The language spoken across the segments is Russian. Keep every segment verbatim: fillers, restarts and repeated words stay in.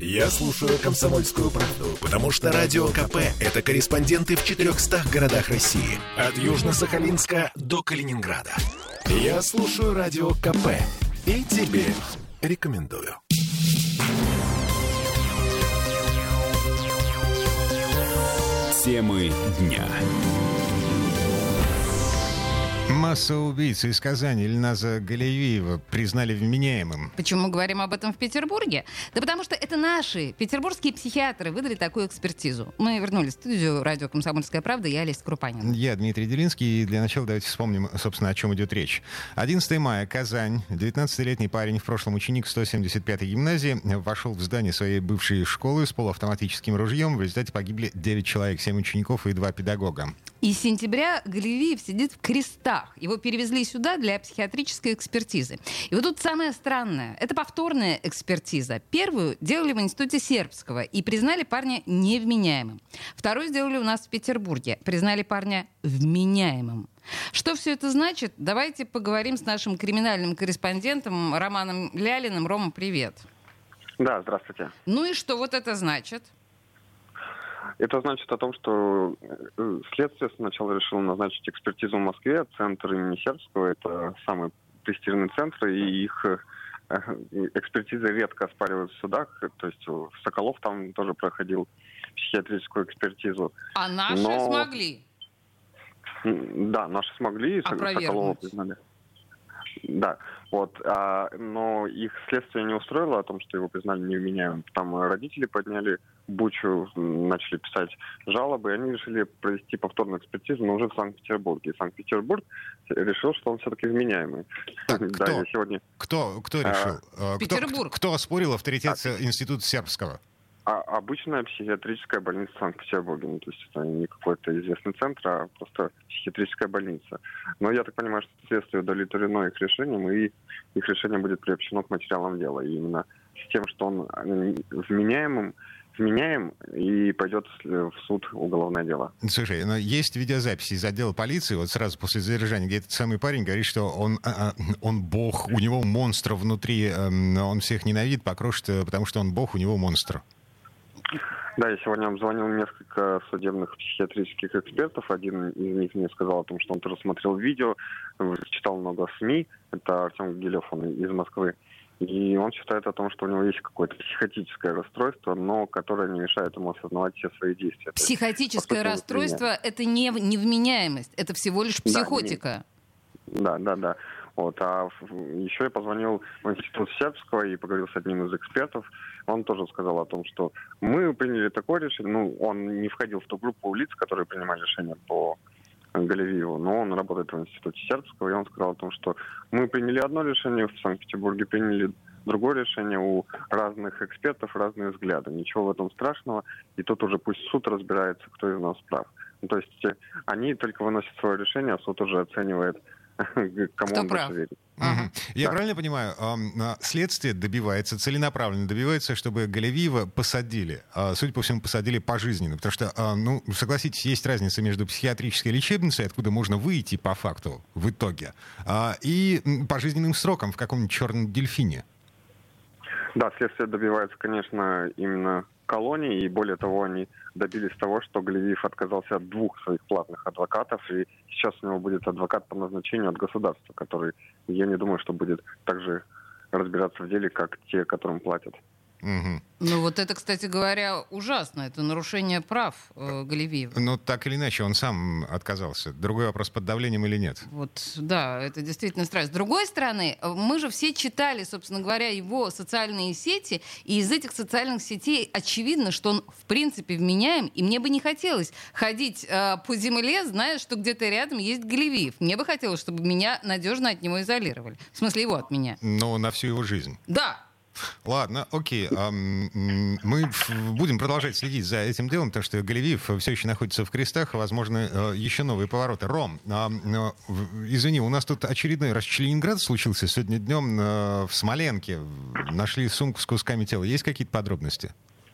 Я слушаю «Комсомольскую правду», потому что Радио КП – это корреспонденты в четырехстах городах России. От Южно-Сахалинска до Калининграда. Я слушаю Радио КП и тебе рекомендую. Темы дня. Масса убийц из Казани Ильназа Галиева признали вменяемым. Почему мы говорим об этом в Петербурге? Да потому что это наши петербургские психиатры выдали такую экспертизу. Мы вернулись в студию радио «Комсомольская правда». Я Олеся Крупанина. Я Дмитрий Делинский. И для начала давайте вспомним, собственно, о чем идет речь. одиннадцатого мая, Казань. девятнадцатилетний парень, в прошлом ученик сто семьдесят пятой гимназии, вошел в здание своей бывшей школы с полуавтоматическим ружьем. В результате погибли девять человек, семь учеников и два педагога. И с сентября Галиев сидит в крестах. Его перевезли сюда для психиатрической экспертизы. И вот тут самое странное. Это повторная экспертиза. Первую делали в институте Сербского и признали парня невменяемым. Вторую сделали у нас в Петербурге. Признали парня вменяемым. Что все это значит? Давайте поговорим с нашим криминальным корреспондентом Романом Лялиным. Рома, привет. Да, здравствуйте. Ну и что вот это значит? Это значит о том, что следствие сначала решило назначить экспертизу в Москве, центр имени Сербского, это самый престижный центр, и их экспертизы редко оспаривают в судах, то есть Соколов там тоже проходил психиатрическую экспертизу. А наши Но... смогли? Да, наши смогли, и Соколова признали. Да, вот, а, но их следствие не устроило о том, что его признали невменяемым. Там родители подняли бучу, начали писать жалобы, и они решили провести повторную экспертизу, но уже в Санкт-Петербурге. И Санкт-Петербург решил, что он все-таки вменяемый. Так, да, кто? я сегодня... Кто, кто решил? А, Петербург. Кто, кто оспорил авторитет а, института Сербского? А, обычная психиатрическая больница в Санкт-Петербурге. Ну, то есть это не какой-то известный центр, а просто психиатрическая больница. Но я так понимаю, что следствие удовлетворено их решением, и их решение будет приобщено к материалам дела. И именно с тем, что он вменяемым, вменяем и пойдет в суд уголовное дело. Слушай, но есть видеозаписи из отдела полиции, вот сразу после задержания, где этот самый парень говорит, что он, он бог, у него монстр внутри, он всех ненавидит, покрошит, потому что он бог, у него монстр. Да, я сегодня обзвонил несколько судебных психиатрических экспертов. Один из них мне сказал о том, что он тоже смотрел видео, читал много СМИ. Это Артем Гилев, он из Москвы. И он считает о том, что у него есть какое-то психотическое расстройство, но которое не мешает ему осознавать все свои действия. Психотическое есть, расстройство — это не невменяемость, это всего лишь психотика. Да, да, да. Вот. А еще я позвонил в институт Сербского и поговорил с одним из экспертов. Он тоже сказал о том, что мы приняли такое решение. Ну, он не входил в ту группу лиц, которые принимали решение по Галиеву, но он работает в институте Сербского, и он сказал о том, что мы приняли одно решение в Санкт-Петербурге, приняли другое решение, у разных экспертов разные взгляды. Ничего в этом страшного, и тут уже пусть суд разбирается, кто из нас прав. Ну, то есть они только выносят свое решение, а суд уже оценивает, кому кто он прав. больше верит. Ага. Я да. правильно понимаю, следствие добивается, целенаправленно добивается, чтобы Галиева посадили. Судя по всему, посадили пожизненно. Потому что, ну, согласитесь, есть разница между психиатрической лечебницей, откуда можно выйти по факту в итоге, и пожизненным сроком в каком-нибудь черном дельфине. Да, следствие добивается, конечно, именно колонии, и более того, они добились того, что Галиев отказался от двух своих платных адвокатов, и сейчас у него будет адвокат по назначению от государства, который, я не думаю, что будет так же разбираться в деле, как те, которым платят. Угу. Ну вот это, кстати говоря, ужасно. Это нарушение прав э, Галиева. Но так или иначе, он сам отказался. Другой вопрос, под давлением или нет. Вот, да, это действительно страшно. С другой стороны, мы же все читали, собственно говоря, его социальные сети, и из этих социальных сетей очевидно, что он в принципе вменяем, и мне бы не хотелось ходить э, по земле, зная, что где-то рядом есть Галиев. Мне бы хотелось, чтобы меня надежно от него изолировали. В смысле, его от меня. Но на всю его жизнь. Да. Ладно, окей. Мы будем продолжать следить за этим делом, потому что Галиев все еще находится в крестах, возможно, еще новые повороты. Ром, извини, у нас тут очередной расчет Ленинграда случился сегодня днем в Смоленке. Нашли сумку с кусками тела. Есть какие-то подробности?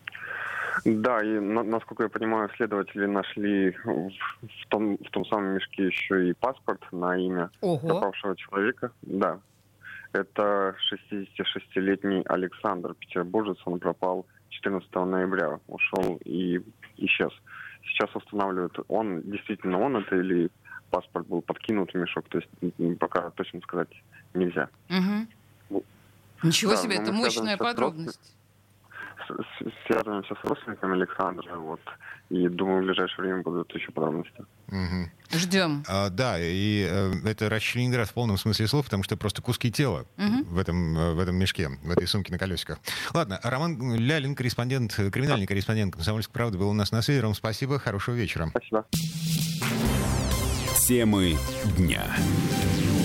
Да, и насколько я понимаю, следователи нашли в том, в том самом мешке еще и паспорт на имя Ого. пропавшего человека. Да. Это шестидесятишестилетний Александр, петербуржец. Он пропал четырнадцатого ноября, ушел и исчез. Сейчас устанавливают, он действительно он это или паспорт был подкинут в мешок. То есть пока точно сказать нельзя. Угу. Ничего да, себе, это мощная подробность. Связываемся с родственниками Александра, вот, и думаю, в ближайшее время будут еще подробности. Угу. Ждем. А, да, и э, это Ленинград в полном смысле слов, потому что просто куски тела угу. в, этом, в этом мешке, в этой сумке на колесиках. Ладно, Роман Лялин, корреспондент, криминальный корреспондент «Комсомольской правды», был у нас на связи. Ром, спасибо, хорошего вечера. Спасибо. Темы дня.